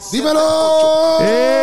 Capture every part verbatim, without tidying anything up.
¡Dímelo!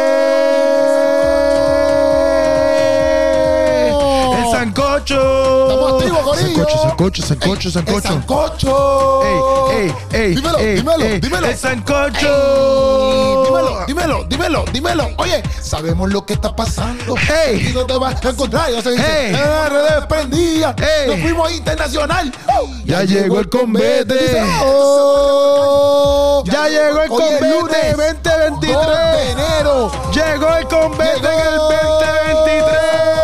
¡Eh! ¡El sancocho! ¡Estamos activos, corillo! Sancocho, sancocho, sancocho, sancocho. ¡El sancocho! ¡Ey, ey, ey! Dímelo, ey, dímelo, ey, dímelo. ¡El sancocho! Ey, dímelo, dímelo, dímelo, dímelo. Oye, sabemos lo que está pasando. Hey. Y no te vas a encontrar. Ya se dice, Hey. "Eh, redes prendidas". Hey. Nos fuimos a internacional. Ya llegó el convete. Dice, "Oh". Ya llegó el Hoy es convete lunes, veinte dos de veintitrés. enero. Llegó el convete Llegó. en el veinte veintitrés.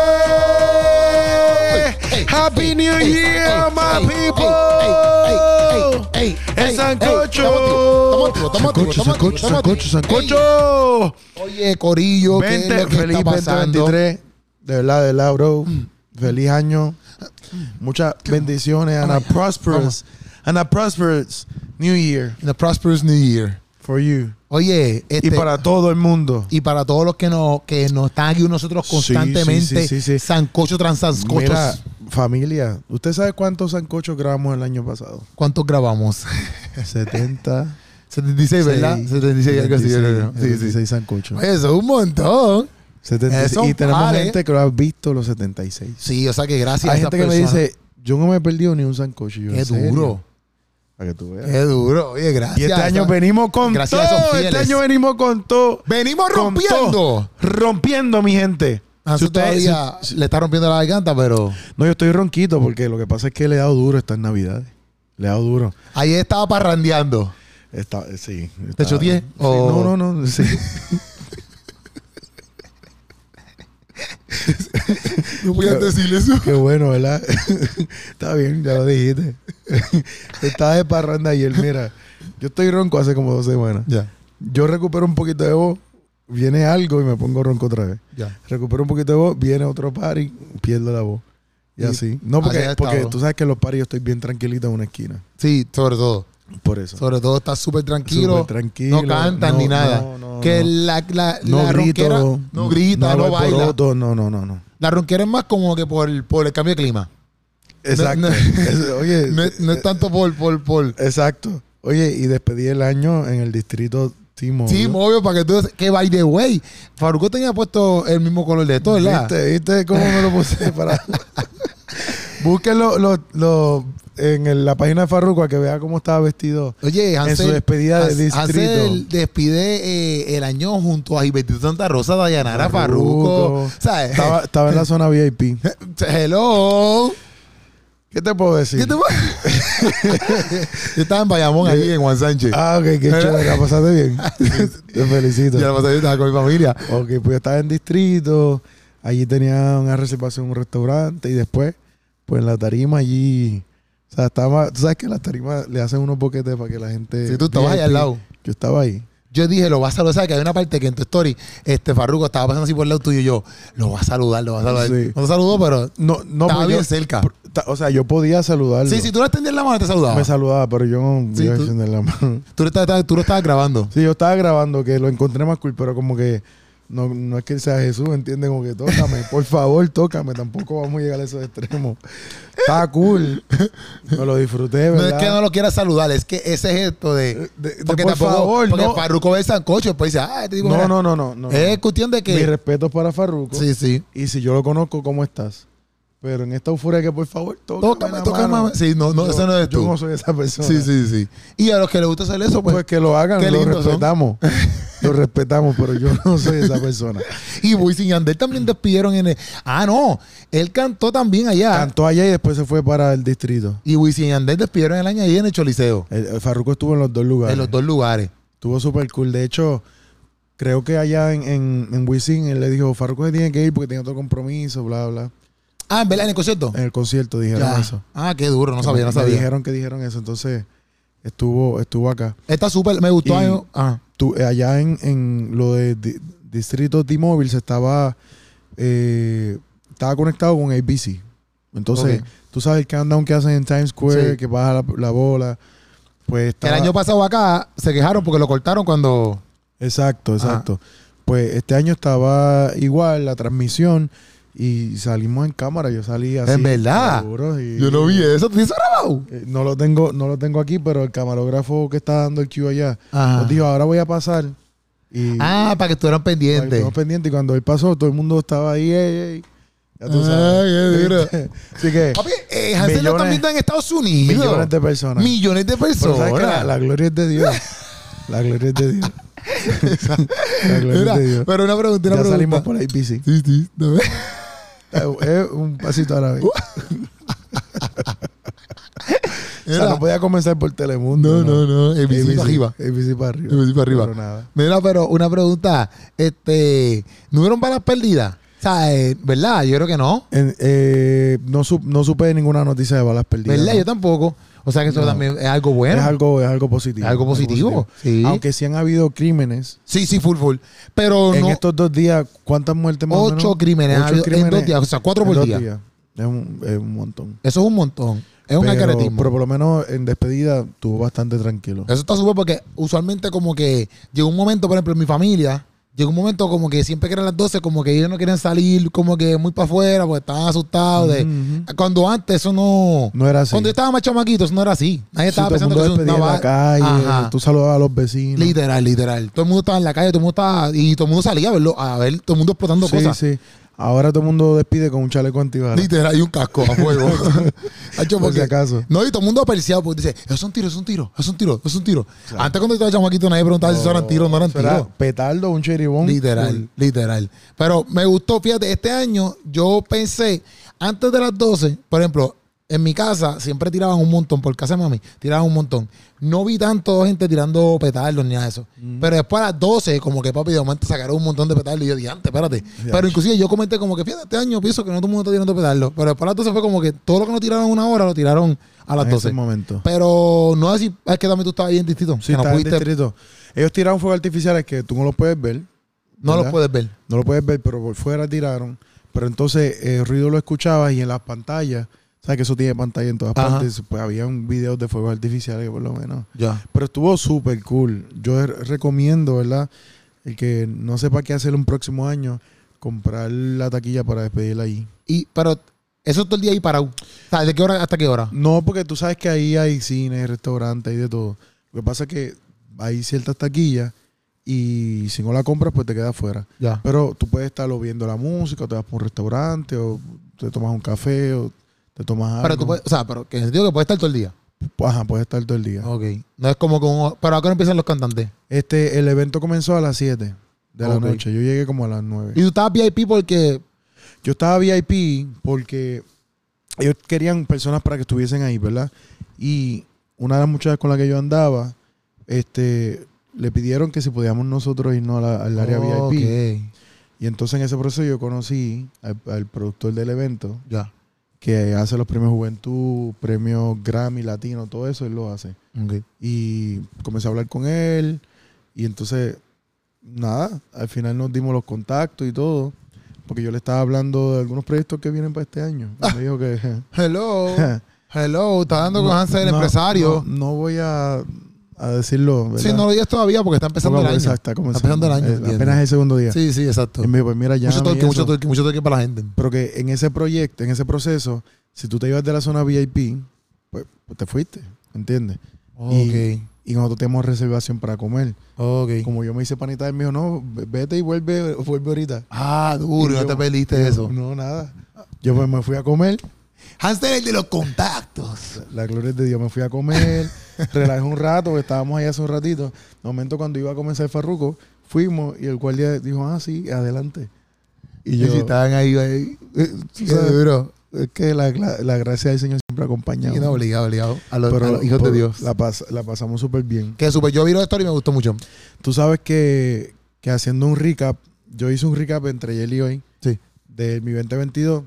Ey, Happy ey, New ey, Year, ey, my ey, people. ey, ey, ey, ey, El ey, sancocho. ey, Estamos activos, estamos activos, estamos activos, Sancocho, estamos sancocho, activos. sancocho. Ey, Oye, corillo, ¿qué es veinte, lo que feliz está pasando? veinte veintitrés. De verdad, de verdad, bro. Feliz año. Muchas bendiciones and a prosperous and a prosperous New Year In a prosperous New Year. for you. Oye, este, Y para todo el mundo. y para todos los que nos, que nos están aquí con nosotros Sí, constantemente, sí, sí, sí, sí. sancocho tras sancochos. Mira, familia, ¿usted sabe cuántos sancochos grabamos el año pasado? ¿Cuántos grabamos? setenta. setenta y seis, ¿verdad? setenta y seis, algo así. setenta y seis, Sí, sí. setenta y seis sancochos. Oye, eso es un montón. setenta y seis. eso Y tenemos vale. gente que lo ha visto los setenta y seis. Sí, o sea que gracias Hay a esas gente que me personas. dice, yo no me he perdido ni un sancocho. Yo, Qué ¿en serio? duro. Para que tú veas. Qué duro. Oye, gracias. Y este a año esa- venimos con gracias a esos todo. Este fieles. año venimos con todo. Venimos Con rompiendo. todo. Rompiendo, mi gente. A Si usted usted- todavía si- le está rompiendo la garganta, pero No, yo estoy ronquito porque lo que pasa es que le he dado duro estas navidades. Le he dado duro. ayer estaba parrandeando. Está, sí. ¿Te está- choteé? Sí, O- No, no, no. Sí. No voy a decir eso. Qué bueno, ¿verdad? Está bien, ya lo dijiste. Estaba de parranda ayer. Mira, yo estoy ronco hace como dos semanas. Ya, Yo recupero un poquito de voz, viene algo y me pongo ronco otra vez. ya. Recupero un poquito de voz, viene otro party, pierdo la voz. Y, Y así. No, así porque, ha porque estado. tú sabes que en los parties yo estoy bien tranquilito en una esquina. Sí, sobre todo. Por eso. Sobre todo está súper tranquilo. Súper tranquilo. No cantan no, ni nada. no, no, que no. la, la, No la grito. ronquera no grita, no, hago baila. alboroto, No, no, no, no. La ronquera es más como que por, por el cambio de clima. Exacto. no- Es- oye, No, es- no es tanto por... por, por exacto. Oye, y despedí el año en el distrito Timo. sí, obvio, para que tú... Que by the way, Farruko tenía puesto el mismo color de todo, ¿verdad? ¿Viste? ¿Viste cómo me lo puse? Para... Búsquenlo lo, lo- en el- la página de Farruko a que vea cómo estaba vestido Oye, Hansel, en su despedida de Hans- distrito. Hansel despide eh, el año junto a Gilberto Santa Rosa, Dayanara, Farruko. ¿Sabes? Estaba, estaba en la zona V I P. Hello. ¿Qué te puedo decir? ¿Qué te pasa? Yo estaba en Bayamón, ahí en Juan Sánchez. Ah, ok, qué chévere. ¿La pasaste bien? Te felicito. Ya la pasé, yo estaba con mi familia. Ok, pues yo estaba en distrito. Allí tenía una reservación en un restaurante. Y después, pues en la tarima allí... O sea, estaba... Tú sabes que en las tarimas le hacen unos boquetes para que la gente... Si tú estabas V I P. ahí al lado. Yo estaba ahí. Yo dije, lo vas a saludar. ¿Sabes? Que hay una parte que en tu story, este Farruko estaba pasando así por el lado tuyo y yo, lo vas a saludar, lo vas a saludar. Sí. No te saludó, pero No, no, estaba porque bien yo- cerca. ta- O sea, yo podía saludarlo. Sí, si tú le extendías la mano, te saludaba. Me saludaba, pero yo no Sí, iba a tú- extender la mano. Tú, lo estabas, tú lo estabas grabando. Sí, yo estaba grabando que lo encontré más cool, pero como que no, no es que sea Jesús, ¿entiendes? Como que tócame, por favor, tócame. Tampoco vamos a llegar a esos extremos. Estaba cool. Me lo disfruté, No ¿verdad? es que no lo quieras saludar, es que ese gesto de... De- de- porque por tampoco, favor, porque no. Farruko ve el sancocho y después dice, ah, este tipo No, era- no, no, no, no. Es cuestión de Mi que... respeto para Farruko. Sí, sí. Y si yo lo conozco, ¿cómo estás? Pero en esta euforia que por favor, tócame, Tócame, la tócame. mano. Sí, no, no, Yo- eso no eres Yo tú. no soy esa persona. Sí, sí, sí. Y a los que les gusta hacer eso, pues... Pues que lo hagan, qué lo lindos son. respetamos. Lo respetamos, pero yo no soy esa persona. Y Wisin y Yandel también despidieron en el... Ah, no. Él cantó también allá. Cantó allá y después se fue para el distrito. Y Wisin y Yandel despidieron el año ahí en el Choliseo. El, el Farruko estuvo en los dos lugares. En los dos lugares. Estuvo súper cool. De hecho, creo que allá en, en, en Wisin él le dijo, Farruko se tiene que ir porque tiene otro compromiso, bla, bla. Ah, ¿en verdad? ¿En el concierto? En el concierto dijeron Ya. eso. Ah, qué duro. No sabía, no Me sabía. dijeron que dijeron eso. Entonces, estuvo, estuvo acá. Está súper... Me gustó. Y- ahí- Ah. Tú, eh, allá en, en lo de di- Distrito T-Mobile se estaba eh, estaba conectado con A B C. Entonces, Ok. tú sabes el countdown que hacen en Times Square, Sí. que baja la, la bola. Pues estaba, El año pasado acá se quejaron porque lo cortaron cuando... Exacto, exacto. Pues este año estaba igual la transmisión y salimos en cámara. Yo salí así. ¿En verdad? seguro, y- Yo no vi eso. ¿Te hizo grabado? Eh, No lo tengo, no lo tengo aquí, pero el camarógrafo que está dando el cue allá Ajá. nos dijo, ahora voy a pasar Y, Ah, para que estuvieran pendientes. Estuvimos pendientes y cuando él pasó, todo el mundo estaba ahí, ey, ey. Ya tú Ay, sabes. qué duro. Así que Papi, eh, Hansel lo están viendo en Estados Unidos. millones de personas. Millones de Pero personas. sabes que la, la gloria es de Dios. La gloria es de Dios. La gloria Mira, es de Dios. pero una pregunta, una Ya pregunta. salimos por ahí, bici. Sí, sí. ¿No ves? Es un pasito a la vez. Uh, O sea, Mira. no podía comenzar por Telemundo. No, no, no. A B C para arriba. A B C para arriba. A B C para arriba. Pero nada. Mira, pero una pregunta. Este, ¿no hubieron balas perdidas? O sea, eh, ¿verdad? Yo creo que no. En- eh, no, su- no supe ninguna noticia de balas perdidas. ¿Verdad? ¿no? Yo tampoco. O sea que eso No. también es algo bueno. Es algo, es algo positivo. Es algo positivo. Sí. Aunque sí han habido crímenes. Sí, sí, full, full. Pero En no. estos dos días, ¿cuántas muertes más o menos? Ocho crímenes, ha Ocho habido crímenes en dos días. O sea, cuatro en por dos día. días. Es un, es un montón. Eso es un montón. Es un pero, acaretismo. pero por lo menos en despedida estuvo bastante tranquilo. Eso está súper porque usualmente como que llegó un momento, por ejemplo, en mi familia, llegó un momento como que siempre que eran las doce, como que ellos no querían salir como que muy para afuera porque estaban asustados. de, Ujú, ujú. Cuando antes eso no... No era así. Cuando yo estaba más chamaquito, eso no era así. Nadie Sí, estaba todo el pensando mundo que eso despedía en no la calle, Ajá. tú saludabas a los vecinos. Literal, literal. Todo el mundo estaba en la calle, todo el mundo estaba... Y todo el mundo salía a verlo, a ver, todo el mundo explotando Sí, cosas. sí. Ahora todo el mundo despide con un chaleco antibalas. Literal, y un casco a fuego. Hacho, Por si porque- acaso. No, y todo el mundo apreciado porque dice, es un tiro, es un tiro, es un tiro, es un tiro. Claro. Antes cuando yo estaba chamaquito nadie preguntaba si eso eran tiros o no eran Eso era tiros. petardo, un cheribón. Literal, full. literal. Pero me gustó, fíjate, este año yo pensé, antes de las doce, por ejemplo, en mi casa siempre tiraban un montón, por casa de mami, tiraban un montón. No vi tanto gente tirando petardos ni nada de eso. Mm. Pero después a las doce, como que papi de momento sacaron un montón de petardos y yo dije, antes, espérate. Pero inclusive yo comenté como que, fíjate, este año pienso que no todo el mundo está tirando petardos. Pero después a las doce fue como que todo lo que no tiraron en una hora lo tiraron a las En doce. ese momento. Pero no es así, es que también tú estabas ahí en distrito. Sí, que no está en pudiste, distrito. Ellos tiraron fuegos artificiales que tú no los puedes ver. no los ¿verdad? puedes ver. No lo puedes ver, pero por fuera tiraron. Pero entonces el ruido lo escuchabas y en las pantallas, ¿sabes que eso tiene pantalla en todas Ajá. partes? Pues había un video de fuegos artificiales por lo menos. Ya. Pero estuvo súper cool. Yo r- recomiendo, ¿verdad? El que no sepa qué hacer un próximo año, comprar la taquilla para despedirla allí. Y, pero eso es todo el día ahí parado. O sea, ¿de qué hora hasta qué hora? No, porque tú sabes que ahí hay cines, restaurantes, hay de todo. Lo que pasa es que hay ciertas taquillas y si no la compras, pues te quedas fuera. Ya. Pero tú puedes estarlo viendo la música, o te vas por un restaurante, o te tomas un café, o te tomas algo. Pero tú puedes, o sea, pero que en el sentido que puede estar todo el día. Ajá, puedes estar todo el día. Ok. No es como que un... Pero acá empiezan los cantantes. Este, el evento comenzó a las siete de la Ok. noche. Yo llegué como a las nueve. Y tú estabas V I P porque... Yo estaba V I P porque ellos querían personas para que estuviesen ahí, ¿verdad? Y una de las muchachas con la que yo andaba, este, le pidieron que si podíamos nosotros irnos a la- al área V I P. Ok. Y entonces en ese proceso yo conocí al, al productor del evento, Ya. que hace los premios Juventud, premios Grammy, Latino, todo eso, él lo hace. Ok. Y comencé a hablar con él. Y entonces, nada, al final nos dimos los contactos y todo. Porque yo le estaba hablando de algunos proyectos que vienen para este año. Y me dijo que... Hello. Hello. Está dando con No, Hansel, el no, empresario. No, no voy a, a decirlo, ¿verdad? Sí, no lo digas todavía porque está empezando Poco a el poco, año. Está, Está comenzando. empezando el año. Eh, entiendo. apenas el segundo día. Sí, sí, exacto. Y me dijo, pues mira, ya. Mucho toque, mucho toque, mucho toque para la gente. Pero que en ese proyecto, en ese proceso, si tú te ibas de la zona V I P, pues, pues te fuiste, ¿entiendes? Ok. Y nosotros tenemos reservación para comer. Ok. Como yo me hice panita, él me dijo, no, vete y vuelve, vuelve ahorita. Ah, duro. Y No yo- te perdiste yo, eso. No, nada. Yo pues me fui a comer. Hansel, el de los contactos. La gloria es de Dios. Me fui a comer, relajé un rato, porque estábamos ahí hace un ratito. De momento, cuando iba a comenzar el farruco, fuimos y el guardia dijo, ah, sí, adelante. Y Y yo, si estaban ahí, ahí. eh, tú Qué sabes, duro. es que la, la, la gracia del Señor siempre acompaña. Y no, obligado, obligado. A los, Pero a los hijos por- de Dios. La, pas- la pasamos súper bien. Que super, yo vi la historia y me gustó mucho. Tú sabes que, que haciendo un recap, yo hice un recap entre ayer y hoy Sí. de mi veinte veintidós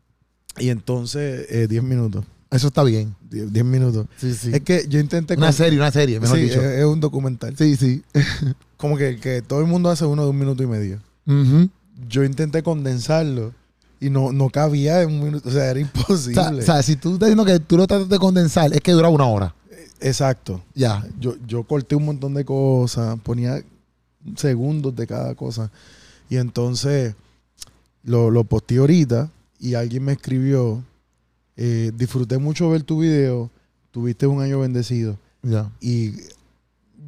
y entonces eh, diez minutos. Eso está bien. diez, diez minutos. Sí, sí. Es que yo intenté... Una con- serie, una serie, mejor Sí, dicho. es, es un documental. Sí, sí. Como que, que todo el mundo hace uno de un minuto y medio. Ujú. Yo intenté condensarlo y no, no cabía en un minuto. O sea, era o, imposible. sea, o sea, si tú estás diciendo que tú lo tratas de condensar, es que dura una hora. Exacto. Ya. Yo, yo corté un montón de cosas, ponía segundos de cada cosa. Y entonces lo, lo posteé ahorita y alguien me escribió, eh, disfruté mucho ver tu video, tuviste un año bendecido. Ya. Y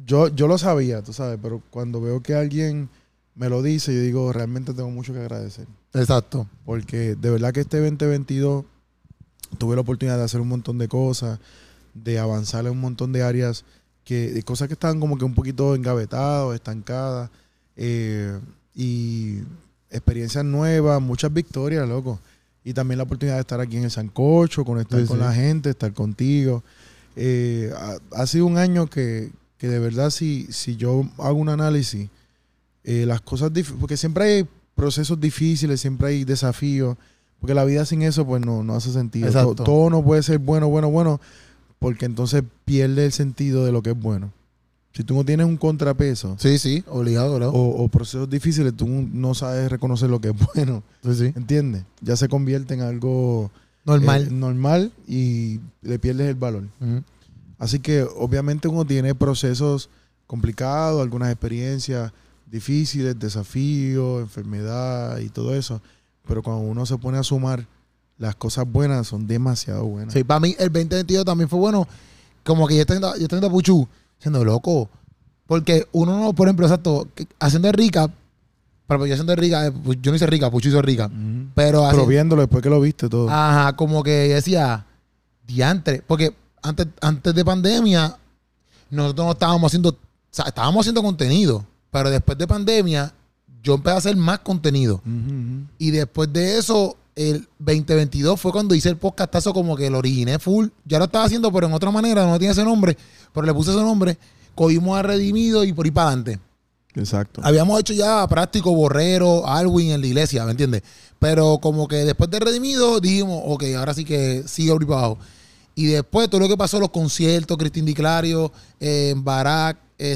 yo, yo lo sabía, tú sabes, pero cuando veo que alguien me lo dice, yo digo, realmente tengo mucho que agradecer. Exacto. Porque de verdad que este veinte veintidós tuve la oportunidad de hacer un montón de cosas, de avanzar en un montón de áreas, que, de cosas que estaban como que un poquito engavetadas, estancadas, eh, y experiencias nuevas, muchas victorias, loco. Y también la oportunidad de estar aquí en el Sancocho, conectar Sí, con sí. la gente, estar contigo. Eh, ha, ha sido un año que, que de verdad, si, si yo hago un análisis, eh, las cosas dif- porque siempre hay procesos difíciles, siempre hay desafíos, porque la vida sin eso pues no, no hace sentido. Exacto. To- todo no puede ser bueno, bueno, bueno, porque entonces pierde el sentido de lo que es bueno. Si tú no tienes un contrapeso Sí, sí, obligado, ¿no? o, o procesos difíciles, tú no sabes reconocer lo que es bueno, Sí, sí. ¿entiendes? Ya se convierte en algo Normal. eh, normal y le pierdes el valor. Ujú. Así que obviamente uno tiene procesos complicados, algunas experiencias difíciles, desafíos, enfermedad y todo eso. Pero cuando uno se pone a sumar, las cosas buenas son demasiado buenas. Sí, para mí el veinte veintidós también fue bueno. Como que yo estoy yo estoy viendo a Puchu, siendo loco. Porque uno no, por ejemplo, exacto, que- haciendo el recap, pero yo haciendo el recap, eh, pues, yo no hice recap, Puchu hizo recap. Ujú. Pero así, Pero viéndolo después que lo viste todo. ajá, como que yo decía, diantre. Porque antes, antes de pandemia, nosotros no estábamos haciendo, o sea, estábamos haciendo contenido. Pero después de pandemia, yo empecé a hacer más contenido. Ujú, ujú. Y después de eso, el veinte veintidós fue cuando hice el podcastazo como que lo originé full. Ya lo estaba haciendo, pero en otra manera, no tiene ese nombre. Pero le puse ese nombre. Cogimos a Redimido y por ahí para adelante. Exacto. Habíamos hecho ya práctico Borrero, Alwin en la iglesia, ¿me entiendes? Pero como que después de Redimido dijimos, ok, ahora sí que sigue por ahí para abajo. Y después todo lo que pasó, los conciertos, Cristín Di Clario, eh, Barack,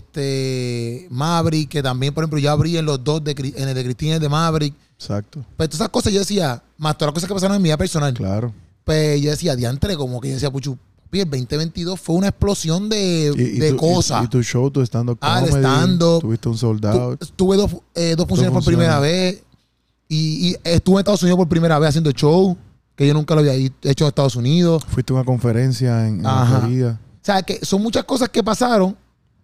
este, Maverick, que también, por ejemplo, yo abrí en los dos, de, Cri- en el de Cristín y el de Maverick. Exacto. Pues todas esas cosas yo decía, más todas las cosas que pasaron en mi vida personal. Claro. Pues yo decía, diantre, como que yo decía, Puchu, papi, el veinte veintidós fue una explosión de, Y, y de tu, cosas. Y, y tu show, tu stand-up Ah, el comedy, stand-up. tuviste un soldado. Tu- tuve dos, eh, dos funciones por funciones. primera vez. Y, y estuve en Estados Unidos por primera vez haciendo show, que yo nunca lo había hecho en Estados Unidos. Fuiste a una conferencia en, en la Ajá. Florida. O sea, que son muchas cosas que pasaron.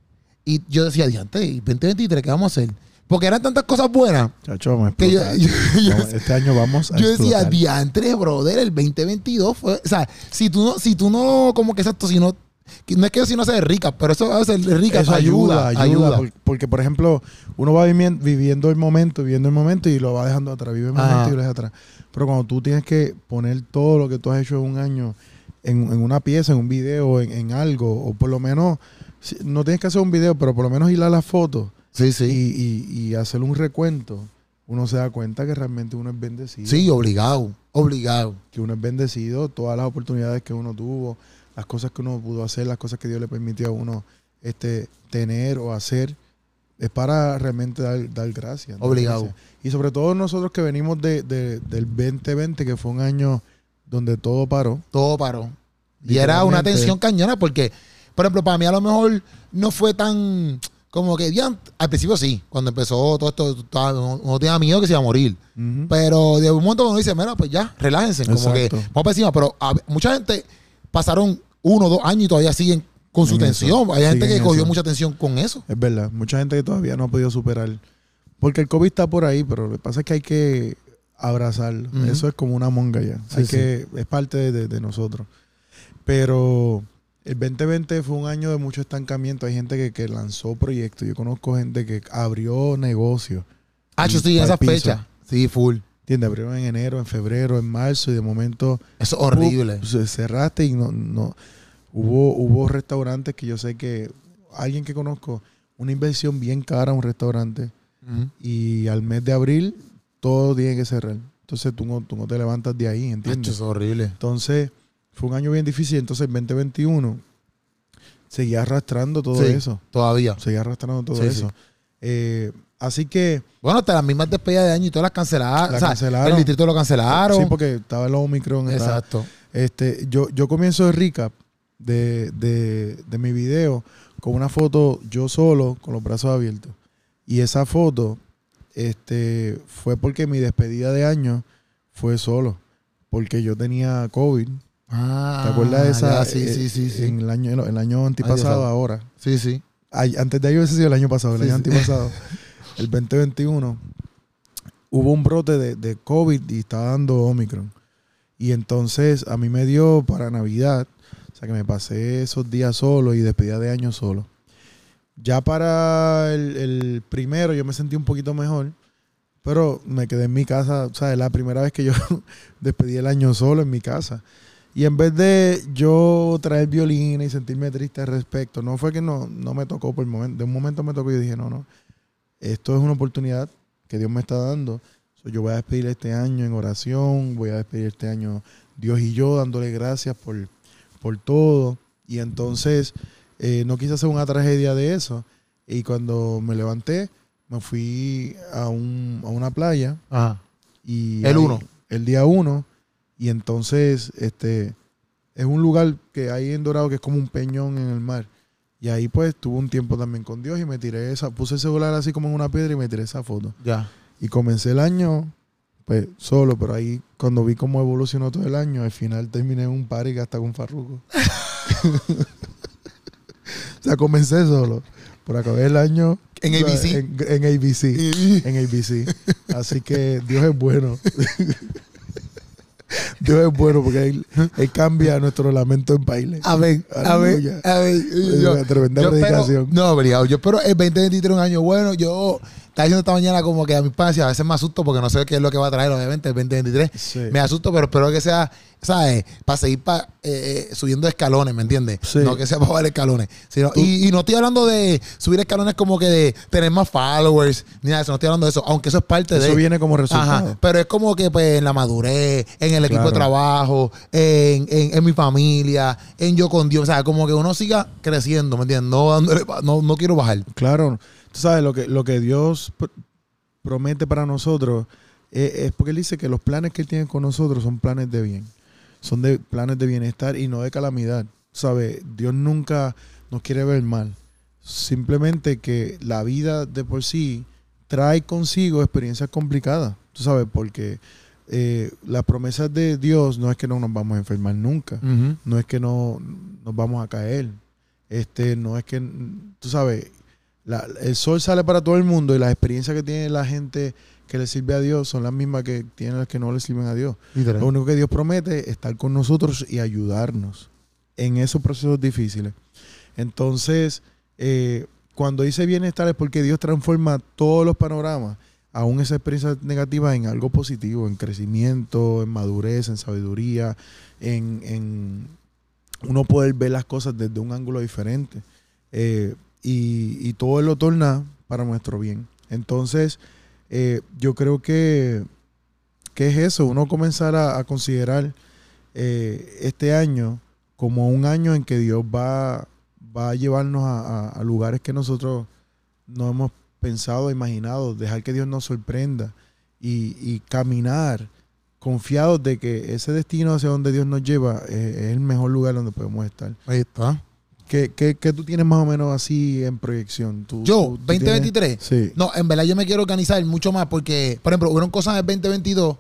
Y yo decía, diantre, ¿y veinte veintitrés qué vamos a hacer? Porque eran tantas cosas buenas Chacho, vamos a que yo, explotar. yo- yo- Vamos- este año vamos a yo decía, explotar. diantre, brother, el veinte veintidós fue. O sea, si tú no, si tú no, como que exacto, si no. que no es que si no seas rica, pero eso a veces rica Eso ayuda, ayuda, ayuda. ayuda. Porque, porque, por ejemplo, uno va vivien- viviendo el momento, viviendo el momento y lo va dejando atrás, vive el Ajá. momento y lo deja atrás. Pero cuando tú tienes que poner todo lo que tú has hecho en un año en, en una pieza, en un video, en, en algo, o por lo menos, si- no tienes que hacer un video, pero por lo menos hilar las fotos Sí, y, sí. y, y hacer un recuento, uno se da cuenta que realmente uno es bendecido. Sí, obligado, obligado. Que uno es bendecido, todas las oportunidades que uno tuvo, las cosas que uno pudo hacer, las cosas que Dios le permitió a uno este, tener o hacer, es para realmente dar, dar gracias. dar Obligado. gracias. Y sobre todo nosotros que venimos de, de- del veinte veinte, que fue un año donde todo paró. Todo paró. Y era una Literalmente. tensión cañona porque, por ejemplo, para mí a lo mejor no fue tan como que diant- al principio sí, cuando empezó todo esto, estaba- uno uno tenía miedo que se iba a morir. Ujú. Pero de un momento uno dice, mira, pues ya, relájense, como que Exacto. vamos para encima. Pero a- mucha gente pasaron uno o dos años y todavía siguen con su En tensión. eso. Hay gente Siguen que cogió eso. mucha tensión con eso. Es verdad, mucha gente que todavía no ha podido superar. Porque el COVID está por ahí, pero lo que pasa es que hay que abrazarlo. Ujú. Eso es como una monga ya. Sí, Hay sí. que, es parte de, de- de nosotros. Pero el veinte veinte fue un año de mucho estancamiento. Hay gente que, que lanzó proyectos. Yo conozco gente que abrió negocios. Ah, yo Y estoy en pa'l esa piso. fecha. Sí, full. ¿Entiendes? Abrieron en enero, en febrero, en marzo y de momento Eso es horrible. ¡pum! Se cerraste y no, no hubo, hubo restaurantes que yo sé que alguien que conozco, una inversión bien cara a un restaurante Ujú. y al mes de abril todo tiene que cerrar. Entonces tú no, tú no te levantas de ahí, Acho, ¿entiendes? eso es horrible. Entonces fue un año bien difícil. Entonces el veinte veintiuno seguía arrastrando todo Sí. eso. Todavía. Seguía arrastrando todo Sí, eso. sí. Eh, así que Bueno, hasta las mismas despedidas de año y todas las cancelaron. La O sea, cancelaron. el distrito lo cancelaron. sí, porque estaba el Omicron. estaba- Exacto. Este, yo, yo comienzo el recap de, de, de mi video con una foto yo solo con los brazos abiertos. Y esa foto este, fue porque mi despedida de año fue solo. Porque yo tenía COVID. Ah, ¿Te acuerdas de esa? ya, sí, eh, sí, sí, sí. En el año, el año antipasado, Dios. ahora. Sí, sí. ay, antes de ayer hubiese sido el año pasado, el Sí, año sí. antipasado, el veinte veintiuno, hubo un brote de, de COVID y estaba dando Omicron. Y entonces a mí me dio para Navidad, o sea que me pasé esos días solo y despedida de año solo. Ya para el, el primero yo me sentí un poquito mejor, pero me quedé en mi casa, o sea, es la primera vez que yo despedí el año solo en mi casa. Y en vez de yo traer violín y sentirme triste al respecto, no fue que no, no me tocó por el momento, de un momento me tocó y yo dije, no, no, esto es una oportunidad que Dios me está dando. So, yo voy a despedir este año en oración, voy a despedir este año Dios y yo dándole gracias por, por todo. Y entonces eh, no quise hacer una tragedia de eso. Y cuando me levanté, me fui a, un, a una playa. Ajá. Y El ahí- uno. El día uno. Y entonces este es un lugar que hay en Dorado que es como un peñón en el mar. Y ahí pues tuve un tiempo también con Dios y me tiré esa, puse el celular así como en una piedra y me tiré esa foto. Ya. Y comencé el año pues solo, pero ahí cuando vi cómo evolucionó todo el año, al final terminé en un party hasta con Farruko. O sea, comencé solo, pero acabé el año En o sea, A B C. En, en A B C. En A B C. Así que Dios es bueno. Dios es bueno porque él, él cambia nuestro lamento en baile. A ver, a ver, Aleluya. a ver. Es Yo, una tremenda yo espero, predicación. no, obligado. Yo espero el veinte veintitrés un año bueno. Yo estaba diciendo esta mañana como que a mis padres a veces me asusto porque no sé qué es lo que va a traer, obviamente, el veinte veintitrés. Sí. Me asusto, pero espero que sea, ¿sabes? Para seguir pa, eh, eh, subiendo escalones, ¿me entiendes? Sí. No que sea para bajar escalones. Sino, Tú- y, y no estoy hablando de subir escalones como que de tener más followers, ni nada de eso. No estoy hablando de eso, aunque eso es parte de... Eso viene como resultado. Ajá, pero es como que pues en la madurez, en el equipo Claro. de trabajo, en, en, en mi familia, en yo con Dios. O sea, como que uno siga creciendo, ¿me entiendes? No, dándole pa- no, no quiero bajar. Claro. Tú sabes, lo que, lo que Dios pr- promete para nosotros es, es porque Él dice que los planes que Él tiene con nosotros son planes de bien. Son de planes de bienestar y no de calamidad. ¿Sabes? Dios nunca nos quiere ver mal. Simplemente que la vida de por sí trae consigo experiencias complicadas. Tú sabes, porque eh, las promesas de Dios no es que no nos vamos a enfermar nunca. Uh-huh. No es que no nos vamos a caer. Este, no es que, tú sabes, la- el sol sale para todo el mundo y las experiencias que tiene la gente que le sirve a Dios son las mismas que tienen las que no le sirven a Dios. Lo único que Dios promete es estar con nosotros y ayudarnos en esos procesos difíciles. Entonces, eh, cuando dice bienestar es porque Dios transforma todos los panoramas, aún esas experiencias negativas, en algo positivo, en crecimiento, en madurez, en sabiduría, en, en uno poder ver las cosas desde un ángulo diferente. Eh, y, y todo Él lo torna para nuestro bien. Entonces, eh, yo creo que, que es eso, uno comenzar a, a considerar eh, este año como un año en que Dios va, va a llevarnos a, a, a lugares que nosotros no hemos pensado, imaginado, dejar que Dios nos sorprenda y, y caminar confiados de que ese destino hacia donde Dios nos lleva es, es el mejor lugar donde podemos estar. Ahí está. ¿Qué, qué, qué tú tienes más o menos así en proyección? ¿Tú, Yo, tú- tú veinte veintitrés. tienes? Sí. No, en verdad yo me quiero organizar mucho más porque, por ejemplo, hubieron cosas en el veinte veintidós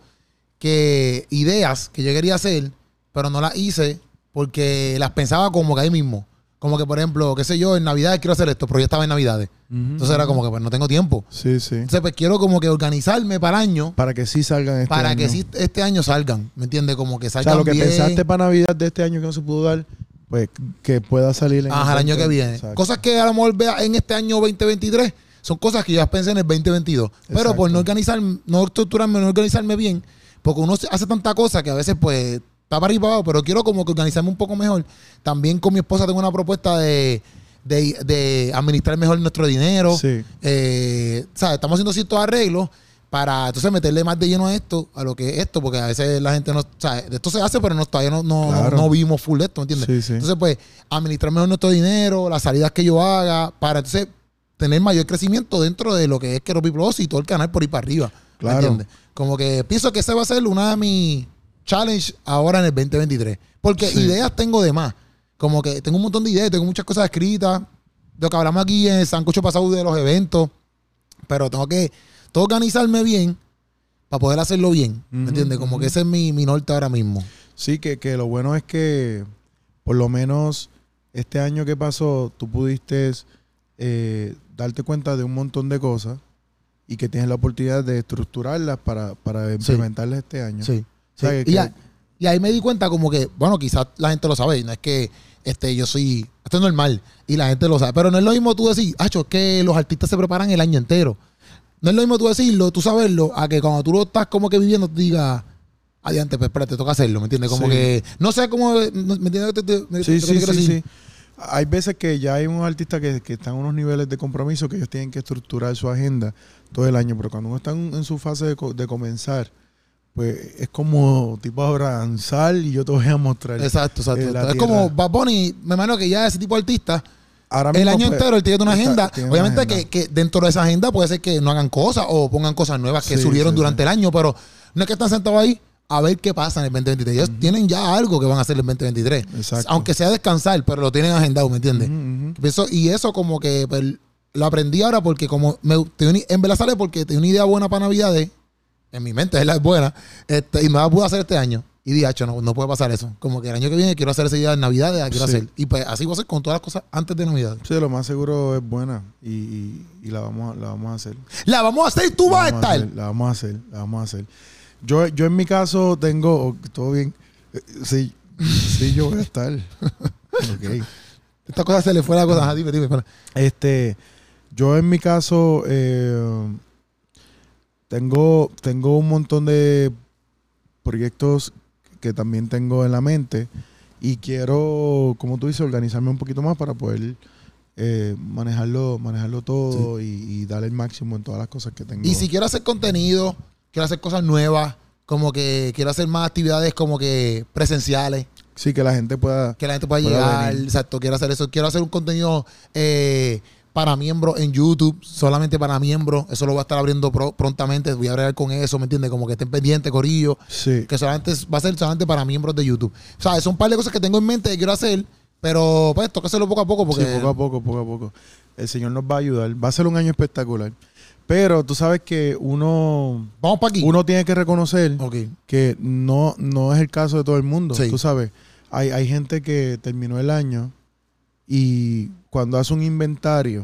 que ideas que yo quería hacer, pero no las hice porque las pensaba como que ahí mismo. Como que, por ejemplo, qué sé yo, en Navidades quiero hacer esto, pero ya estaba en Navidades. Entonces era como que pues no tengo tiempo. Sí, sí. Entonces pues quiero como que organizarme para el año Para que sí salgan este para año. que sí este año salgan, ¿me entiendes? Como que O salgan sea, lo que bien. pensaste para Navidad de este año que no se pudo dar, pues que pueda salir en Ajá, el año que viene. Exacto. Cosas que a lo mejor vea en este año veinte veintitrés son cosas que yo ya pensé en el veinte veintidós. Pero Exacto. por no organizar, no estructurarme, no organizarme bien, porque uno hace tanta cosa que a veces pues está para arriba y para abajo, pero quiero como que organizarme un poco mejor. También con mi esposa tengo una propuesta de, de, de administrar mejor nuestro dinero. Sí. Eh, ¿sabes? Estamos haciendo ciertos arreglos para entonces meterle más de lleno a esto, a lo que es esto, porque a veces la gente no, ¿sabes? De esto se hace, pero no, todavía no, no, Claro. no, no vimos full de esto, ¿me entiendes? Sí, sí. Entonces, pues, administrar mejor nuestro dinero, las salidas que yo haga, para entonces tener mayor crecimiento dentro de lo que es Quero Plus y todo el canal por ahí para arriba. ¿Me Claro. entiendes? Como que pienso que ese va a ser una de mis challenge ahora en el veinte veintitrés. Porque Sí. ideas tengo de más. Como que tengo un montón de ideas, tengo muchas cosas escritas. De lo que hablamos aquí en el sancocho pasado de los eventos. Pero tengo que todo organizarme bien para poder hacerlo bien. ¿Me Ujú, entiendes? Como ujú. que ese es mi, mi norte ahora mismo. Sí, que, que lo bueno es que por lo menos este año que pasó, tú pudiste eh, darte cuenta de un montón de cosas y que tienes la oportunidad de estructurarlas para, para implementarlas sí. este año. Sí. O sea, sí. que, Y, que, a, y ahí me di cuenta como que, bueno, quizás la gente lo sabe, no es que este, yo soy, esto es normal y la gente lo sabe, pero no es lo mismo tú decir, acho, es que los artistas se preparan el año entero. No es lo mismo tú decirlo, tú saberlo, a que cuando tú lo estás como que viviendo, tú digas, adiante, pues espérate, toca hacerlo, ¿me entiendes? Como sí. que, no sé cómo, ¿me entiendes? Te, te, te, sí, te, sí, te sí, sí. Hay veces que ya hay unos artistas que, que están en unos niveles de compromiso que ellos tienen que estructurar su agenda todo el año, pero cuando uno está en, en su fase de, de comenzar, pues es como tipo Abraham, sal y yo te voy a mostrar. Exacto, exacto. Eh, es tierra. Como Bad Bunny, me imagino que ya ese tipo de artista, ahora mismo, el año pues, entero él tiene una agenda. Está, tiene Obviamente una agenda. Que, que dentro de esa agenda puede ser que no hagan cosas o pongan cosas nuevas que sí, surgieron sí, durante sí. el año, pero no es que están sentados ahí a ver qué pasa en el veinte veintitrés. Ellos uh-huh. tienen ya algo que van a hacer en el veinte veintitrés. Exacto. Aunque sea descansar, pero lo tienen agendado, ¿me entiendes? Uh-huh, uh-huh. Eso, y eso como que pues, lo aprendí ahora porque como me, tenía, en verdad sale porque tenía una idea buena para Navidades, en mi mente es la buena, este, y me la pude hacer este año. Y dije, no, no puede pasar eso. Como que el año que viene quiero hacer esa idea de Navidades, la quiero sí. hacer. Y pues así voy a hacer con todas las cosas antes de Navidad. Sí, lo más seguro es buena. Y, y, y la, vamos a, la vamos a hacer. ¡La vamos a hacer y tú la vas a estar! A hacer, la vamos a hacer, la vamos a hacer. Yo, yo en mi caso tengo... ¿Todo bien? Sí, sí, yo voy a estar. Ok. Esta cosa se le fue la cosa. Ajá, dime, dime. Para. Este, yo en mi caso eh, tengo, tengo un montón de proyectos que también tengo en la mente y quiero, como tú dices, organizarme un poquito más para poder eh, manejarlo, manejarlo todo sí. y, y darle el máximo en todas las cosas que tengo. Y si quiero hacer contenido, quiero hacer cosas nuevas, como que quiero hacer más actividades como que presenciales. Sí, que la gente pueda... Que la gente pueda, pueda llegar, venir. Exacto, quiero hacer eso. Quiero hacer un contenido eh, para miembros en YouTube, solamente para miembros. Eso lo voy a estar abriendo pro, prontamente. Voy a bregar con eso, ¿me entiendes? Como que estén pendientes, corillo. Sí. Que solamente va a ser solamente para miembros de YouTube. O sea, son un par de cosas que tengo en mente que quiero hacer, pero pues toca hacerlo poco a poco. Porque... Sí, poco a poco, poco a poco. El Señor nos va a ayudar. Va a ser un año espectacular. Pero tú sabes que uno... Vamos para aquí. Uno tiene que reconocer okay. que no, no es el caso de todo el mundo. Sí. Tú sabes, hay, hay gente que terminó el año y cuando hace un inventario,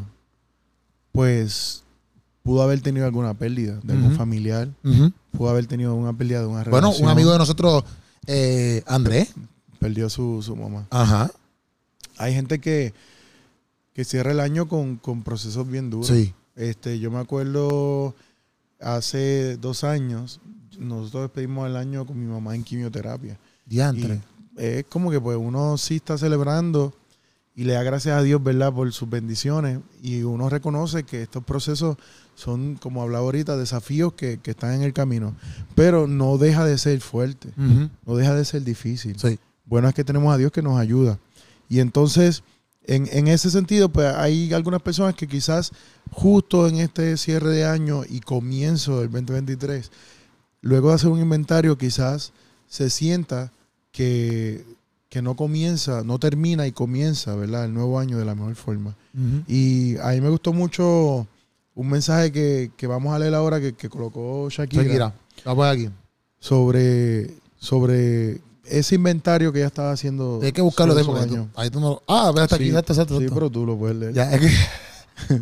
pues pudo haber tenido alguna pérdida de algún uh-huh. familiar. Uh-huh. Pudo haber tenido una pérdida de una relación. Bueno, un amigo de nosotros, eh, Andrés. Perdió su, su mamá. Ajá. Hay gente que, que cierra el año con, con procesos bien duros. Sí. Este, yo me acuerdo hace dos años, nosotros despedimos el año con mi mamá en quimioterapia. Diantre. Y es como que pues uno sí está celebrando y le da gracias a Dios, ¿verdad?, por sus bendiciones. Y uno reconoce que estos procesos son, como hablaba ahorita, desafíos que, que están en el camino. Pero no deja de ser fuerte. Uh-huh. No deja de ser difícil. Sí. Bueno es que tenemos a Dios que nos ayuda. Y entonces... En, en ese sentido, pues hay algunas personas que quizás justo en este cierre de año y comienzo del veinte veintitrés, luego de hacer un inventario, quizás se sienta que, que no comienza, no termina y comienza, ¿verdad?, el nuevo año de la mejor forma. Uh-huh. Y a mí me gustó mucho un mensaje que, que vamos a leer ahora que, que colocó Shakira. Shakira, la voy aquí. Sobre... sobre ese inventario que ella estaba haciendo. Hay que buscarlo de porque tú, ahí tú no, ah, ve hasta sí, aquí, exacto, exacto. Sí, pero tú lo puedes leer. Ya, es que...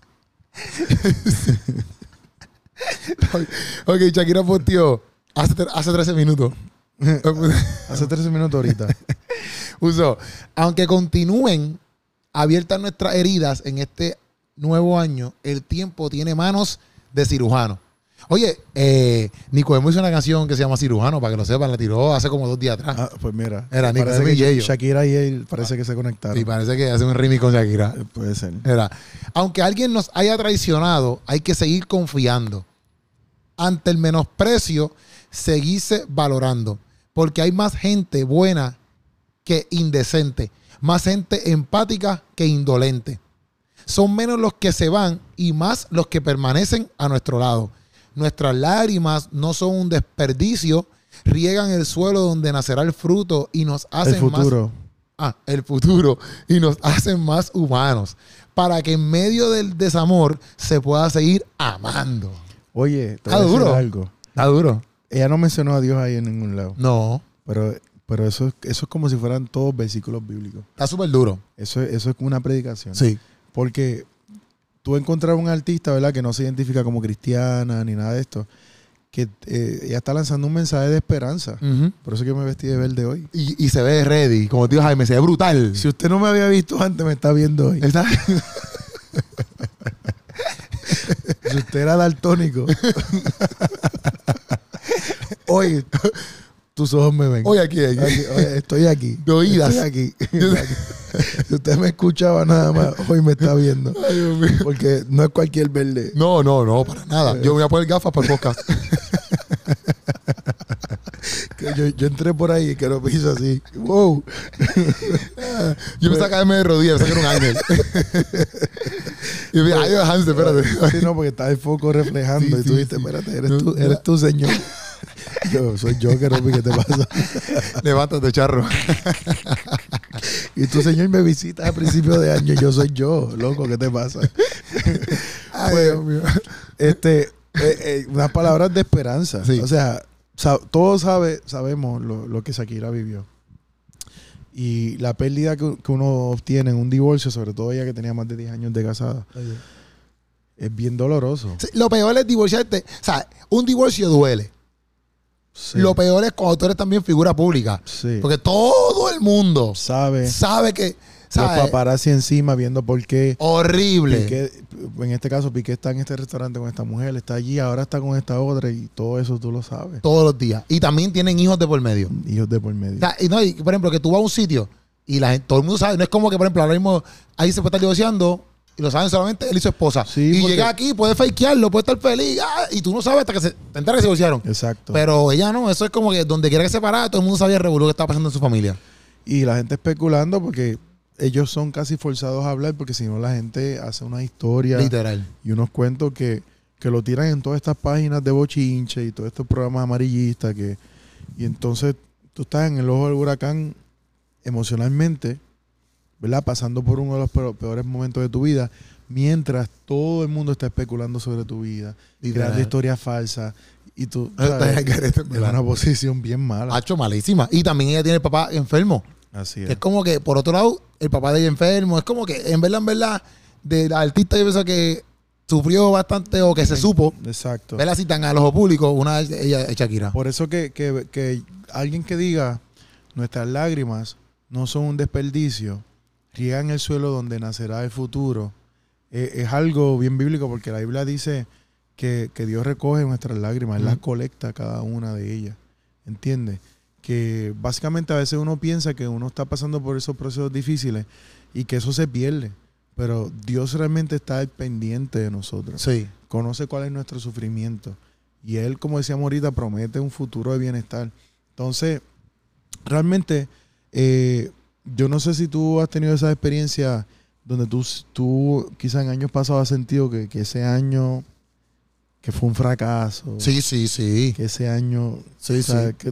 ok, Shakira posteó hace, hace trece minutos. hace trece minutos ahorita. Puso, aunque continúen abiertas nuestras heridas en este nuevo año, el tiempo tiene manos de cirujano. Oye, eh, Nicodemo hizo una canción que se llama Cirujano, para que lo sepan, la tiró hace como dos días atrás. Ah, pues mira. Era Nicodemo y Yello. Shakira y él parece que se conectaron. Sí, parece que hace un remix con Shakira. Eh, puede ser. Era. Aunque alguien nos haya traicionado, hay que seguir confiando. Ante el menosprecio, seguirse valorando. Porque hay más gente buena que indecente. Más gente empática que indolente. Son menos los que se van y más los que permanecen a nuestro lado. Nuestras lágrimas no son un desperdicio, riegan el suelo donde nacerá el fruto y nos hacen el futuro. más... Ah, el futuro. Y nos hacen más humanos. Para que en medio del desamor se pueda seguir amando. Oye, te voy a decir duro. algo. Está duro. Ella no mencionó a Dios ahí en ningún lado. No. Pero, pero eso, eso es como si fueran todos versículos bíblicos. Está súper duro. Eso, eso es una predicación. Sí. Porque tú encontrar un artista, ¿verdad? Que no se identifica como cristiana ni nada de esto, que eh, ella está lanzando un mensaje de esperanza. Uh-huh. Por eso que me vestí de verde hoy. Y, y se ve ready. Como te digo, Jaime, se ve brutal. Si usted no me había visto antes, me está viendo hoy. ¿Está? Si usted era daltónico, hoy tus ojos me ven. Hoy aquí, aquí. Aquí, hoy estoy aquí. De oídas. Estoy aquí. Si usted me escuchaba nada más, hoy me está viendo. Ay, Dios mío. Porque no es cualquier verde. No, no, no, para nada. Yo me voy a poner gafas para el podcast. Que yo, yo entré por ahí y que lo piso así. ¡Wow! Yo me saca caerme de rodillas, pensé que era un ángel. Y me ay, Hans, espérate. Sí, no, porque está el foco reflejando. Sí, y tú sí, dijiste, sí. espérate, eres tú, eres tú, señor. Yo soy yo, que no, ¿qué te pasa? Levántate, charro. Y tú, señor, me visitas a principios de año. Yo soy yo, loco, ¿qué te pasa? Ay, Pues, Dios mío. este, eh, eh, unas palabras de esperanza. Sí. O sea, sa- todos sabe, sabemos lo, lo que Shakira vivió. Y la pérdida que, que uno obtiene en un divorcio, sobre todo ella que tenía más de diez años de casada, es bien doloroso. Sí, lo peor es divorciarte. O sea, un divorcio duele. Sí. Lo peor es cuando tú eres también figura pública. Sí. Porque todo el mundo Sabe. sabe que... Los ¿sabe? paparazzi encima viendo por qué. Horrible. Piqué, en este caso, Piqué está en este restaurante con esta mujer, está allí, ahora está con esta otra y todo eso tú lo sabes. Todos los días. Y también tienen hijos de por medio. Hijos de por medio. O sea, y no, y, por ejemplo, que tú vas a un sitio y la gente, todo el mundo sabe. No es como que, por ejemplo, ahora mismo ahí se puede estar divorciando y lo saben solamente él y su esposa. Sí, y porque- llega aquí, puede fakearlo, puede estar feliz. Ah, y tú no sabes hasta que se te enteras que se divorciaron. Exacto. Pero ella no. Eso es como que donde quiera que se parara, todo el mundo sabía el revolú que estaba pasando en su familia. Y la gente especulando porque ellos son casi forzados a hablar porque si no la gente hace una historia Literal. y unos cuentos que, que lo tiran en todas estas páginas de bochinche y todos estos programas amarillistas que y entonces tú estás en el ojo del huracán emocionalmente, ¿verdad? Pasando por uno de los peor- peores momentos de tu vida, mientras todo el mundo está especulando sobre tu vida, Literal. creando historias falsas y tú Está ¿sabes? en garete, en ¿verdad? una posición bien mala. Hacho, malísima. Y también ella tiene el papá enfermo. Así Que es. es como que, por otro lado, el papá de ella enfermo. Es como que, en verdad, en verdad, de la artista yo pienso que sufrió bastante o que se supo, Exacto. verla así tan al ojo público, una de ella es Shakira. Por eso que, que, que alguien que diga nuestras lágrimas no son un desperdicio, riegan el suelo donde nacerá el futuro, eh, es algo bien bíblico porque la Biblia dice que, que Dios recoge nuestras lágrimas, Él las Ujú. colecta cada una de ellas. ¿Entiendes? Que básicamente a veces uno piensa que uno está pasando por esos procesos difíciles y que eso se pierde, pero Dios realmente está al pendiente de nosotros. Sí. Conoce cuál es nuestro sufrimiento. Y Él, como decíamos ahorita, promete un futuro de bienestar. Entonces, realmente, eh, yo no sé si tú has tenido esa experiencia donde tú, tú quizás en años pasados has sentido que, que ese año, que fue un fracaso. Sí, sí, sí. Que ese año... Sí, o sea, sí. que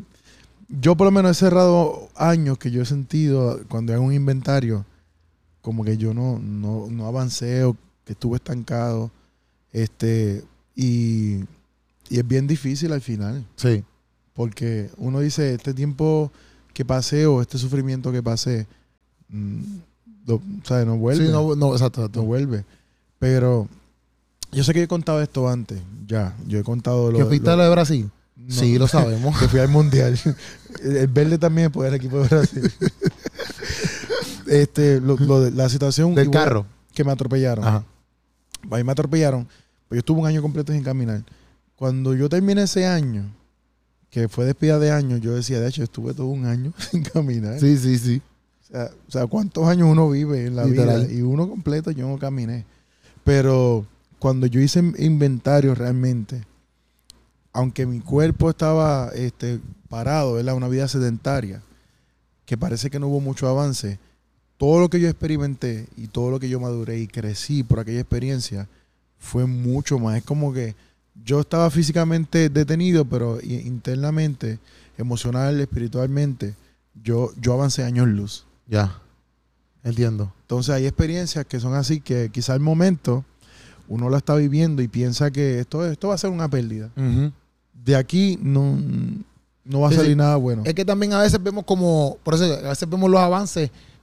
yo por lo menos he cerrado años que yo he sentido cuando hago un inventario, como que yo no, no, no avancé o que estuve estancado. Este, y, y es bien difícil al final. Sí. Porque uno dice, este tiempo que pasé o este sufrimiento que pasé, mm, lo- ¿sabes? No vuelve. Sí, no, no, exacto, exacto. no vuelve. Pero yo sé que yo he contado esto antes, ya. Yo he contado lo ¿Que fuiste a lo de Brasil? no, Sí, lo sabemos. que fui al mundial. El verde también puede el equipo de Brasil. este, lo, lo de la situación Del igual carro. que me atropellaron. Ajá. Ahí me atropellaron. Pues yo estuve un año completo sin caminar. Cuando yo terminé ese año, que fue despedida de año, yo decía, de hecho, estuve todo un año sin caminar. Sí, sí, sí. O sea, o sea, ¿cuántos años uno vive en la Literal. vida? Y uno completo yo no caminé. Pero cuando yo hice inventario realmente, aunque mi cuerpo estaba este, parado, ¿verdad? Una vida sedentaria, que parece que no hubo mucho avance, todo lo que yo experimenté y todo lo que yo maduré y crecí por aquella experiencia fue mucho más. Es como que yo estaba físicamente detenido, pero i- internamente, emocional, espiritualmente, yo, yo avancé años luz. Ya. Entiendo. Entonces hay experiencias que son así que quizá al momento uno la está viviendo y piensa que esto, esto va a ser una pérdida. Ujú. De aquí no, no va a Sí, salir sí. nada bueno. Es que también a veces vemos como, por eso a veces vemos los avances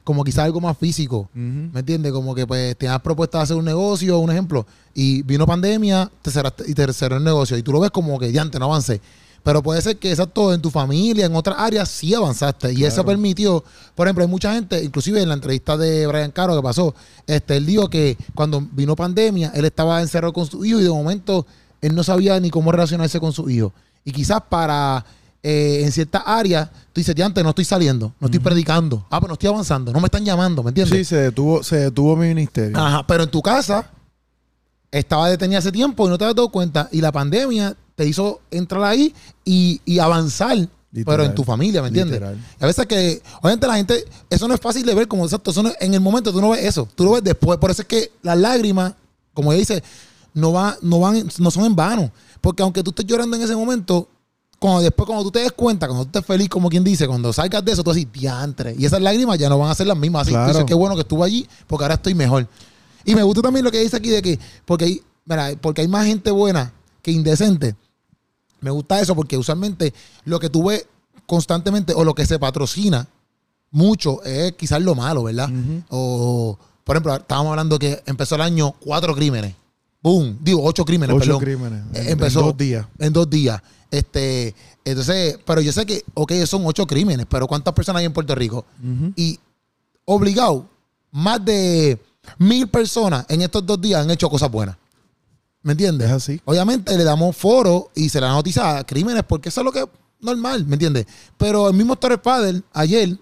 como quizás algo más físico. Ujú. ¿Me entiendes? Como que pues tenías propuesta de hacer un negocio, un ejemplo, y vino pandemia te cerraste, y te cerró el negocio. Y tú lo ves como que ya antes no avancé. Pero puede ser que exacto en tu familia, en otras áreas, sí avanzaste. Y Claro. eso permitió, por ejemplo, hay mucha gente, inclusive en la entrevista de Brian Caro que pasó, este, él dijo que cuando vino pandemia, él estaba encerrado con su hijo y de momento él no sabía ni cómo relacionarse con su hijo. Y quizás para, eh, en ciertas áreas, tú dices, ya antes no estoy saliendo, no estoy Ujú. predicando. Ah, pero no estoy avanzando, no me están llamando, ¿me entiendes? Sí, se detuvo, se detuvo mi ministerio. Ajá, pero en tu casa estaba detenida hace tiempo y no te habías dado cuenta. Y la pandemia te hizo entrar ahí y, y avanzar, Literal. pero en tu familia, ¿me entiendes? Literal. Y a veces que, obviamente la gente, eso no es fácil de ver como exacto, eso no- en el momento tú no ves eso, tú lo ves después. Por eso es que las lágrimas, como ella dice, no, va, no, van, no son en vano. Porque aunque tú estés llorando en ese momento, cuando después, cuando tú te des cuenta, cuando tú estés feliz, como quien dice, cuando salgas de eso, tú así, diantre. Y esas lágrimas ya no van a ser las mismas. Así Claro. tú dices, qué bueno que estuve allí, porque ahora estoy mejor. Y me gusta también lo que dice aquí de que, porque hay, mira, porque hay más gente buena que indecente. Me gusta eso porque usualmente lo que tú ves constantemente o lo que se patrocina mucho es quizás lo malo, ¿verdad? Ujú. O, por ejemplo, estábamos hablando que empezó el año cuatro crímenes. ¡Boom! Digo, ocho crímenes, Ocho perdón. crímenes. Eh, en- empezó en dos días. En dos días. Este, entonces, pero yo sé que, ok, son ocho crímenes, pero ¿cuántas personas hay en Puerto Rico? Ujú. Y obligado, más de mil personas en estos dos días han hecho cosas buenas. ¿Me entiendes? Es así. Obviamente le damos foro y se le da noticia a crímenes porque eso es lo que es normal, ¿me entiendes? Pero el mismo Torres Padre ayer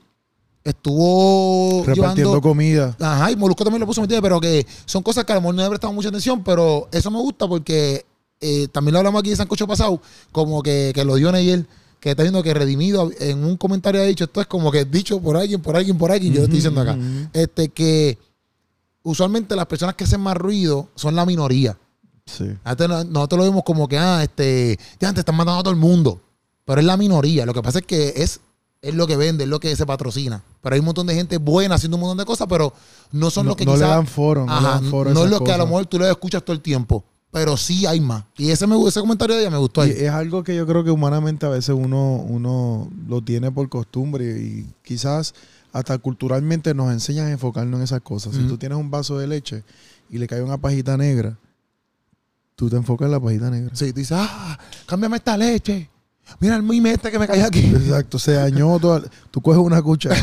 estuvo Repartiendo llevando... comida. Ajá, y Molusco también lo puso, ¿me entiendes? Pero que son cosas que a lo mejor no le he prestado mucha atención, pero eso me gusta porque eh, también lo hablamos aquí de Sancocho pasado, como que, que lo dio ayer, que está diciendo que Redimido en un comentario ha dicho, esto es como que dicho por alguien, por alguien, por alguien, yo lo estoy diciendo acá, Ujú. este que usualmente las personas que hacen más ruido son la minoría. Sí. Antes no- nosotros lo vimos como que, ah, este, ya te están matando a todo el mundo. Pero es la minoría. Lo que pasa es que es, es lo que vende, es lo que se patrocina. Pero hay un montón de gente buena haciendo un montón de cosas, pero no son No, los que no le quizás... dan foro. No, le Ajá, dan foro a no es esas lo que a lo cosas. mejor tú lo escuchas todo el tiempo. Pero sí hay más. Y ese, me, ese comentario de ella me gustó Y ahí. es algo que yo creo que humanamente a veces uno, uno lo tiene por costumbre y quizás hasta culturalmente nos enseñan a enfocarnos en esas cosas. Si Ujú. tú tienes un vaso de leche y le cae una pajita negra, tú te enfocas en la pajita negra. Sí, tú dices, ah, cámbiame esta leche. Mira el mime este que me cae aquí. Exacto, se dañó toda. Tú coges una cuchara.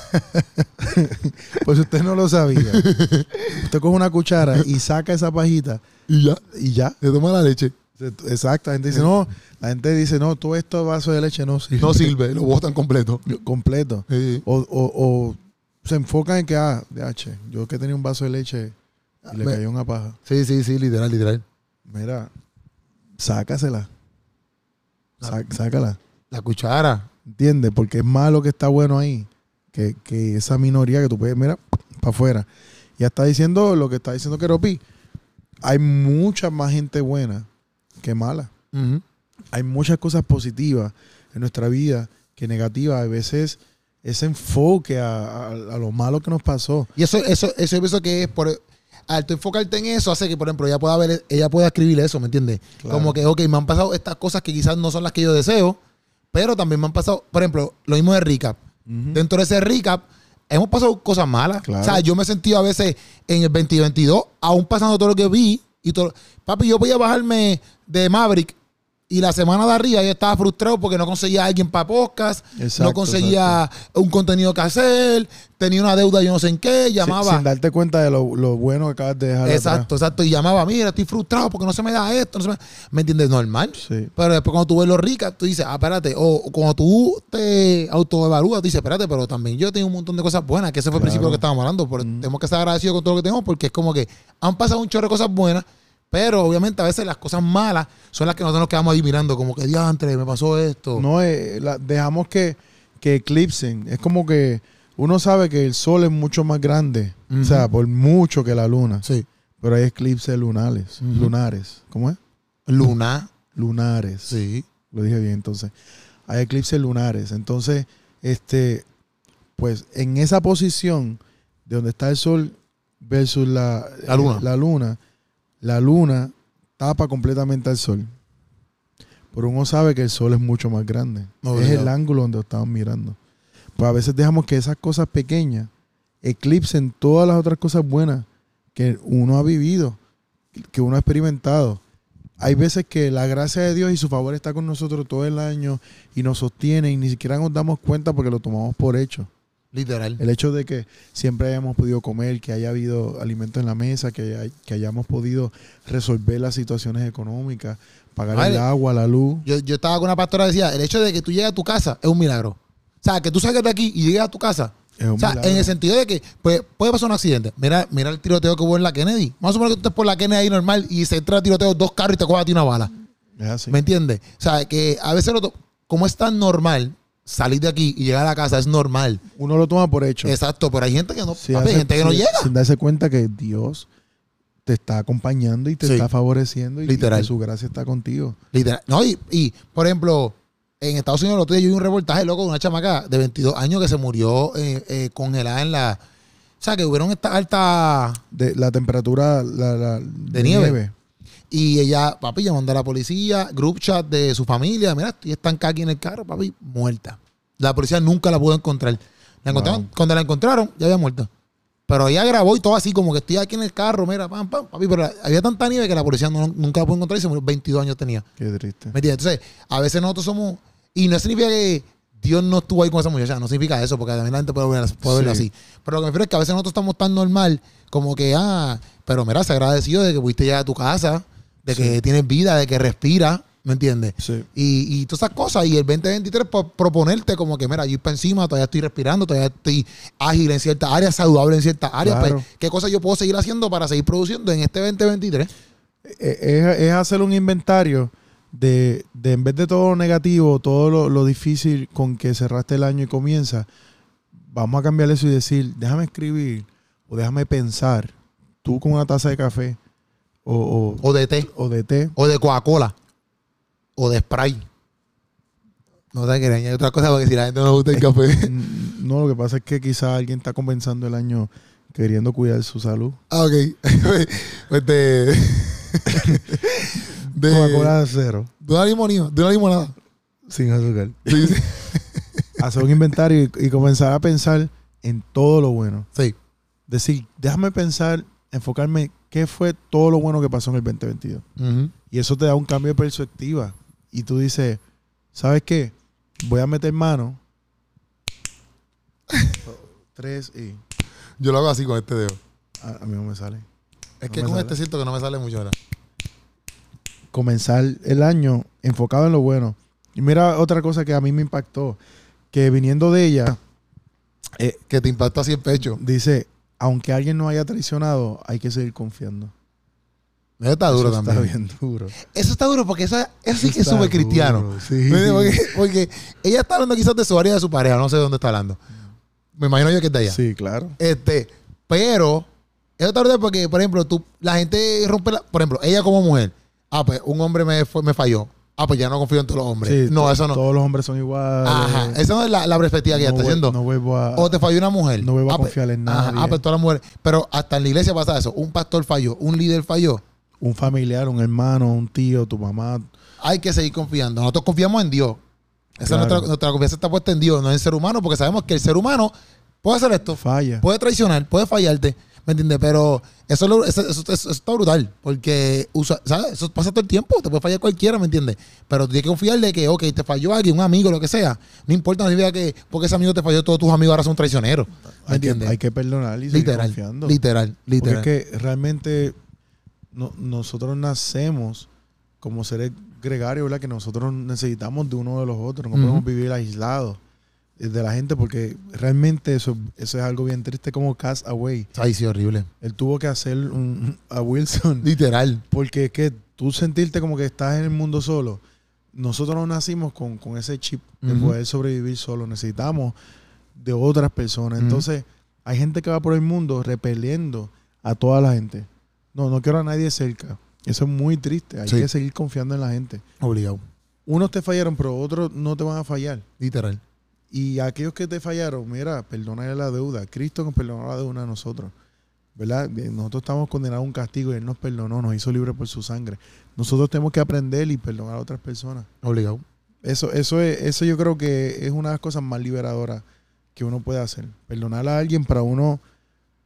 Pues usted no lo sabía. Usted coge una cuchara y saca esa pajita Y ya, y ya. le toma la leche. Exacto. La gente dice, no, la gente dice, no, todo esto vaso de leche no sirve. No sirve, lo botan completo. Completo. Sí. O, o, o se enfocan en que, ah, de H, yo que tenía un vaso de leche y le Me- cayó una paja. Sí, sí, sí, literal, literal. Mira, sácasela. Sá- sácala. La cuchara. ¿Entiendes? Porque es malo que está bueno ahí. Que, que esa minoría que tú puedes, mira, para afuera. Ya está diciendo lo que está diciendo Keropi. Hay mucha más gente buena que mala. Ujú. Hay muchas cosas positivas en nuestra vida que negativas. A veces ese enfoque a, a- a lo malo que nos pasó. Y eso, eso, eso yo pienso que es por al tú enfocarte en eso, hace que, por ejemplo, ella pueda ver, ella pueda escribir eso, ¿me entiendes? Claro. Como que, ok, me han pasado estas cosas que quizás no son las que yo deseo, pero también me han pasado, por ejemplo, lo mismo de recap. Ujú. Dentro de ese recap, hemos pasado cosas malas. Claro. O sea, yo me he sentido a veces en el veinte veintidós, aún pasando todo lo que vi, y todo. Papi, yo podía bajarme de Maverick y la semana de arriba yo estaba frustrado porque no conseguía a alguien para podcast, Exacto, no conseguía un contenido que hacer, tenía una deuda yo no sé en qué, Sin- llamaba. Sin, darte cuenta de lo, lo bueno que acabas de dejar Exacto, exacto. Y llamaba, mira, estoy frustrado porque no se me da esto. No se me... ¿Me entiendes? Normal. atrás. Sí. Pero después cuando tú ves los ricas, tú dices, ah, espérate. O, o cuando tú te autoevalúas, tú dices, espérate, pero también yo tengo un montón de cosas buenas, que ese fue el Claro. principio de lo que estábamos hablando. Pero Mm. tenemos que estar agradecidos con todo lo que tenemos porque es como que han pasado un chorro de cosas buenas, pero obviamente a veces las cosas malas son las que nosotros nos quedamos ahí mirando, como que diantre, me pasó esto. No, eh, la- dejamos que, que eclipsen. Es como que uno sabe que el sol es mucho más grande. Ujú. O sea, por mucho que la luna. Sí. Pero hay eclipses lunares. Ujú. Lunares. ¿Cómo es? Luna. Lunares. Sí. Lo dije bien, entonces. Hay eclipses lunares. Entonces, este, pues en esa posición de donde está el sol versus la, La luna. eh, la luna, la luna tapa completamente al sol. Pero uno sabe que el sol es mucho más grande. No, es obligado. el ángulo donde estamos mirando. Pues a veces dejamos que esas cosas pequeñas eclipsen todas las otras cosas buenas que uno ha vivido, que uno ha experimentado. Hay veces que la gracia de Dios y su favor está con nosotros todo el año y nos sostiene y ni siquiera nos damos cuenta porque lo tomamos por hecho. Literal. El hecho de que siempre hayamos podido comer, que haya habido alimento en la mesa, que, hay, que hayamos podido resolver las situaciones económicas, pagar vale. el agua, la luz. Yo, yo estaba con una pastora que decía, el hecho de que tú llegues a tu casa es un milagro. O sea, que tú salgas de aquí y llegues a tu casa. Es un o sea, milagro. En el sentido de que pues, puede pasar un accidente. Mira, mira el tiroteo que hubo en la Kennedy. Vamos a suponer que tú estés por la Kennedy ahí normal y se entra el tiroteo dos carros y te coge a ti una bala. Es así. ¿Me entiendes? O sea, que a veces, lo como es tan normal salir de aquí y llegar a la casa, es normal. Uno lo toma por hecho. Exacto, pero hay gente que no, sí, papi, hace, hay gente que sí, no llega. Sin darse cuenta que Dios te está acompañando y te sí. está favoreciendo y, y que su gracia está contigo. Literal. No, y, y por ejemplo, en Estados Unidos el otro día yo vi un reportaje loco de una chamaca de veintidós años que se murió eh, eh, congelada en la... O sea, que hubieron esta alta... De la temperatura la, la, de, de nieve. nieve. Y ella, papi, llamando a la policía, group chat de su familia. Mira, estoy estancada aquí en el carro, papi, muerta. La policía nunca la pudo encontrar. La encontraron, wow. Cuando la encontraron, ya había muerto. Pero ella grabó y todo así, como que estoy aquí en el carro, mira, pam, pam, papi. Pero había tanta nieve que la policía no, nunca la pudo encontrar y se murió. veintidós años tenía. Qué triste. ¿Me entiendes? Entonces, a veces nosotros somos... Y no significa que Dios no estuvo ahí con esa muchacha. No significa eso, porque también la gente puede, ver, puede sí. verlo así. Pero lo que me refiero es que a veces nosotros estamos tan normal como que, ah, pero mira, se agradecido de que pudiste llegar a tu casa, de que sí. tienes vida, de que respiras. ¿Me entiendes? Sí. Y, y todas esas cosas. Y el veinte veintitrés, por proponerte como que, mira, yo ir para encima, todavía estoy respirando, todavía estoy ágil en ciertas áreas, saludable en ciertas áreas. Claro. Pues, ¿qué cosas yo puedo seguir haciendo para seguir produciendo en este veinte veintitrés? Es, es hacer un inventario de, de, en vez de todo lo negativo, todo lo, lo difícil con que cerraste el año y comienza, vamos a cambiar eso y decir, déjame escribir o déjame pensar, tú con una taza de café o, o, o de té. O de té. O de Coca-Cola. O de spray. No te quería añadir otra cosa porque si la gente no le gusta el café. No, lo que pasa es que quizás alguien está comenzando el año queriendo cuidar su salud. Ah, ok. Pues de... de Coca-Cola de cero. De una limonada. De una limonada. Sin azúcar. Sí, sí. Hacer un inventario y, y comenzar a pensar en todo lo bueno. Sí. Decir, déjame pensar, enfocarme qué fue todo lo bueno que pasó en el veinte veintidós. Uh-huh. Y eso te da un cambio de perspectiva. Y tú dices, ¿sabes qué? Voy a meter mano. Tres y... Yo lo hago así con este dedo. A, a mí no me sale. Es no que con sale. Este siento que no me sale mucho ahora. Comenzar el año enfocado en lo bueno. Y mira otra cosa que a mí me impactó. Que viniendo de ella... Eh, que te impacta así el pecho. Dice, aunque alguien nos haya traicionado, hay que seguir confiando. Eso está duro eso también. Está bien duro. Eso está duro porque eso, eso sí que es Está súper cristiano. duro, sí. Porque, porque ella está hablando quizás de su área de su pareja. No sé de dónde está hablando. Me imagino yo que es de allá. Sí, claro. Este, pero eso está duro porque, por ejemplo, tú, la gente rompe la... Por ejemplo, ella como mujer. Ah, pues un hombre me, fue, me falló. Ah, pues ya no confío en todos los hombres. Sí, no, eso no. Todos los hombres son iguales. Ajá. Esa no es la, la perspectiva que no ella está voy, haciendo. No vuelvo a... O te falló una mujer. No vuelvo ah, a confiar pues, en nadie. Ajá, ah, pues todas las mujeres. Pero hasta en la iglesia pasa eso. Un pastor falló. Un líder falló. Un familiar, un hermano, un tío, tu mamá. Hay que seguir confiando. Nosotros confiamos en Dios. Esa claro. es nuestra, nuestra confianza está puesta en Dios, no en el ser humano, porque sabemos que el ser humano puede hacer esto. Falla. Puede traicionar, puede fallarte. ¿Me entiendes? Pero eso, es lo, eso, eso, eso, eso está brutal. Porque usa, ¿sabes? Eso pasa todo el tiempo. Te puede fallar cualquiera, ¿me entiendes? Pero tú tienes que confiar de que, ok, te falló alguien, un amigo, lo que sea. No importa, no significa que porque ese amigo te falló, todos tus amigos ahora son traicioneros. ¿Me hay entiendes? Que, hay que perdonar y seguir literal, confiando. Literal, literal. Porque es que realmente no, nosotros nacemos como seres gregarios, ¿verdad? Que nosotros necesitamos de uno de los otros. No uh-huh. podemos vivir aislados de la gente porque realmente eso, eso es algo bien triste como Cast Away. Ay, sí, horrible. Él tuvo que hacer un, a Wilson. Literal. Porque es que tú sentirte como que estás en el mundo solo. Nosotros no nacimos con, con ese chip de uh-huh. poder sobrevivir solo. Necesitamos de otras personas. Uh-huh. Entonces, hay gente que va por el mundo repeliendo a toda la gente. No, no quiero a nadie cerca. Eso es muy triste. Hay sí. que seguir confiando en la gente. Obligado. Unos te fallaron, pero otros no te van a fallar. Literal. Y aquellos que te fallaron, mira, perdónale la deuda. Cristo nos perdonó la deuda a nosotros. ¿Verdad? Nosotros estamos condenados a un castigo y Él nos perdonó, nos hizo libres por su sangre. Nosotros tenemos que aprender y perdonar a otras personas. Obligado. Eso, eso, es, eso yo creo que es una de las cosas más liberadoras que uno puede hacer. Perdonar a alguien para uno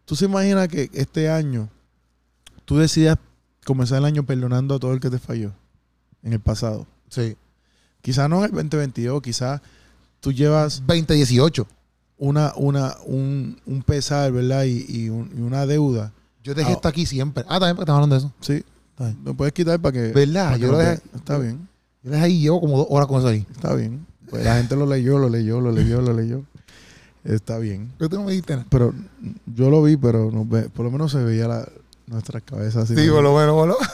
¿Tú se imaginas que este año tú decidas comenzar el año perdonando a todo el que te falló en el pasado? Sí. Quizás no en el veinte veintidós, quizás tú llevas veinte dieciocho. una, una, un, un pesar, ¿verdad? Y, y, un, y una deuda. Yo dejé Ah, esto aquí siempre. Ah, también porque estamos hablando de eso. Sí. Está bien. Lo puedes quitar para que... ¿Verdad? para que Yo lo no te- dejé. Está bien. Yo les ahí llevo como dos horas con eso ahí. Está bien. Pues la gente lo leyó, lo leyó, lo leyó, lo leyó. Está bien. Pero tú no me dijiste nada. Pero yo lo vi, pero no ve- por lo menos se veía la, nuestras cabezas así. Sí, por lo menos, por lo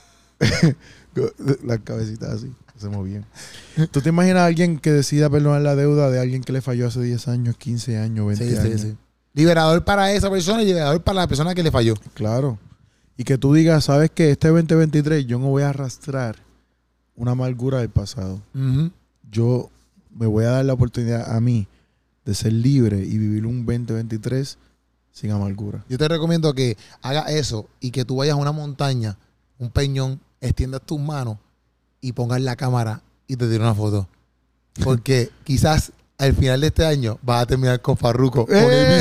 Las cabecitas así, se movían. ¿Tú te imaginas a alguien que decida perdonar la deuda de alguien que le falló hace diez años, quince años, veinte Sí, años? sí, sí. Liberador para esa persona y liberador para la persona que le falló. Claro. Y que tú digas, ¿sabes qué? Este veinte veintitrés yo no voy a arrastrar una amargura del pasado. Uh-huh. Yo me voy a dar la oportunidad a mí de ser libre y vivir un veinte veintitrés sin amargura. Yo te recomiendo que hagas eso y que tú vayas a una montaña, un peñón, extiendas tus manos y pongas la cámara y te tires una foto. Porque quizás al final de este año vas a terminar con Farruko. Con ¡Eh!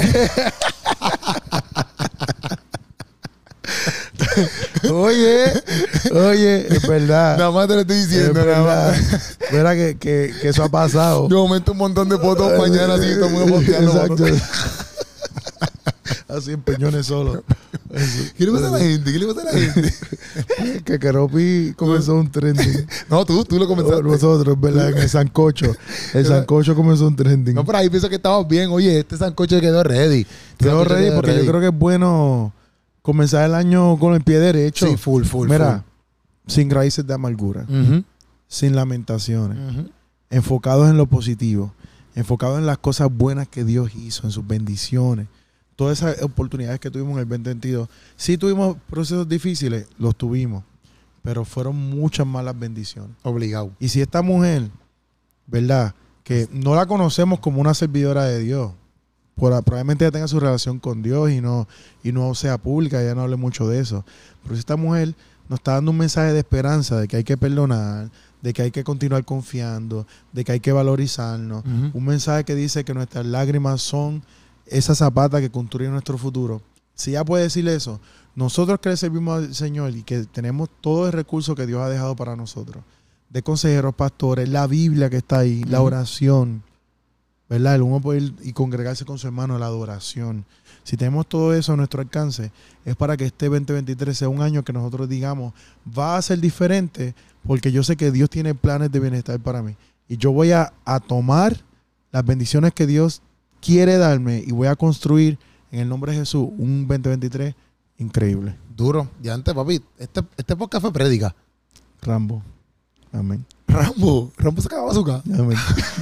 el Oye, oye, es verdad. Nada más te lo estoy Es diciendo, nada verdad. más. Verá que, que, que eso ha pasado. De momento un montón de fotos mañana así, todo el mundo posteando Exacto. fotos. Así en peñones solo. ¿Qué le pasa a la gente? ¿Qué le pasa a la gente? Que Keropi comenzó un trending. No, tú, tú lo comenzaste. Nosotros, ¿verdad? En el sancocho. El sancocho comenzó un trending. No, pero ahí pienso que estamos bien. Oye, este sancocho quedó ready. Este Quedó sancocho ready porque yo creo que es bueno comenzar el año con el pie derecho. Sí, full, full, Mira, sin raíces de amargura, full. Ujú, sin lamentaciones, ujú. enfocados en lo positivo, enfocados en las cosas buenas que Dios hizo, en sus bendiciones. Todas esas oportunidades que tuvimos en el veinte veintidós. Sí tuvimos procesos difíciles, los tuvimos, pero fueron muchas más las bendiciones. Obligado. Y si esta mujer, ¿verdad? Que no la conocemos como una servidora de Dios, por, probablemente ella tenga su relación con Dios y no, y no sea pública, ella no hable mucho de eso. Pero si esta mujer nos está dando un mensaje de esperanza, de que hay que perdonar, de que hay que continuar confiando, de que hay que valorizarnos. Ujú. Un mensaje que dice que nuestras lágrimas son esa zapata que construye nuestro futuro. Si ella puede decir eso, nosotros que le servimos al Señor y que tenemos todo el recurso que Dios ha dejado para nosotros, de consejeros, pastores, la Biblia que está ahí, la Ujú. oración, ¿verdad? El uno poder ir y congregarse con su hermano, la adoración. Si tenemos todo eso a nuestro alcance, es para que este veinte veintitrés sea un año que nosotros digamos, va a ser diferente, porque yo sé que Dios tiene planes de bienestar para mí. Y yo voy a, a tomar las bendiciones que Dios quiere darme y voy a construir en el nombre de Jesús un veinte veintitrés increíble. Duro. Y antes, papi, este, este podcast fue prédica. Rambo. Amén. Rambo. Rambo sacaba azúcar. Amén.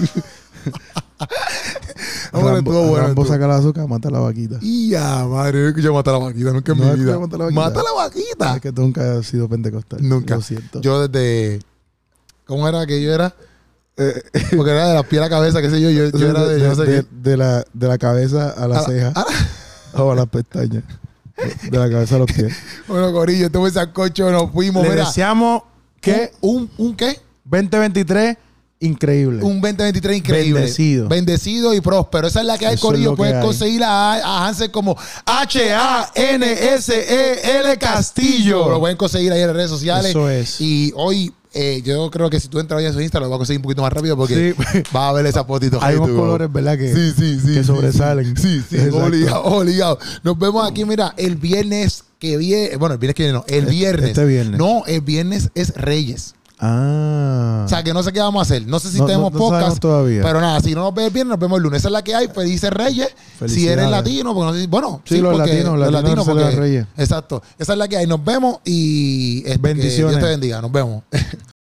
No, pero Rambo, estuvo bueno, Rambo estuvo. saca la azúcar, mata la vaquita. Y ya, madre, es que yo maté a la vaquita, nunca en No, mi es que vida. yo maté a la vaquita. Mata a la vaquita. Es que tú nunca has sido pentecostal. Nunca. Lo siento. Yo desde. ¿Cómo era que yo era? Eh, porque era de la piel a la cabeza, qué sé yo. Yo, yo era de. Yo no sé de, qué. de la, de la cabeza a la A la- ceja. a O a las pestañas. De la cabeza a los pies. Bueno, Corillo, este fue el sancocho, nos fuimos. Le Mira, deseamos que ¿Un, un, un qué? veinte veintitrés increíble. Un veinte veintitrés increíble. Bendecido. Bendecido y próspero. Esa es la que hay, Eso es Corillo. lo que Puedes hay. conseguir a, a Hansel como H A N S E L Castillo. Lo pueden conseguir ahí en las redes sociales. Eso es. Y hoy, eh, yo creo que si tú entras hoy a su Instagram, lo vas a conseguir un poquito más rápido porque Sí. vas a ver esa fotito. Hay ahí, unos tú. colores, ¿verdad? Que, Sí, sí, sí. que sí, sobresalen. Sí, sí. Exacto. Obligado, obligado. Nos vemos aquí, mira, el viernes que viene. Bueno, el viernes que viene no. El viernes. Este viernes. No, el viernes es Reyes. Ah. O sea, que no sé qué vamos a hacer. No sé si No- tenemos no- no sabemos podcast. todavía. Pero nada, si no nos ves el viernes, nos vemos el lunes. Esa es la que hay. Felices Reyes. Si Felicidades. eres latino, porque no sé si- bueno, Sí, los porque- latinos, los latinos celebran Reyes. Exacto. Esa es la que hay. Nos vemos y este, que Bendiciones. Dios te bendiga. Nos vemos.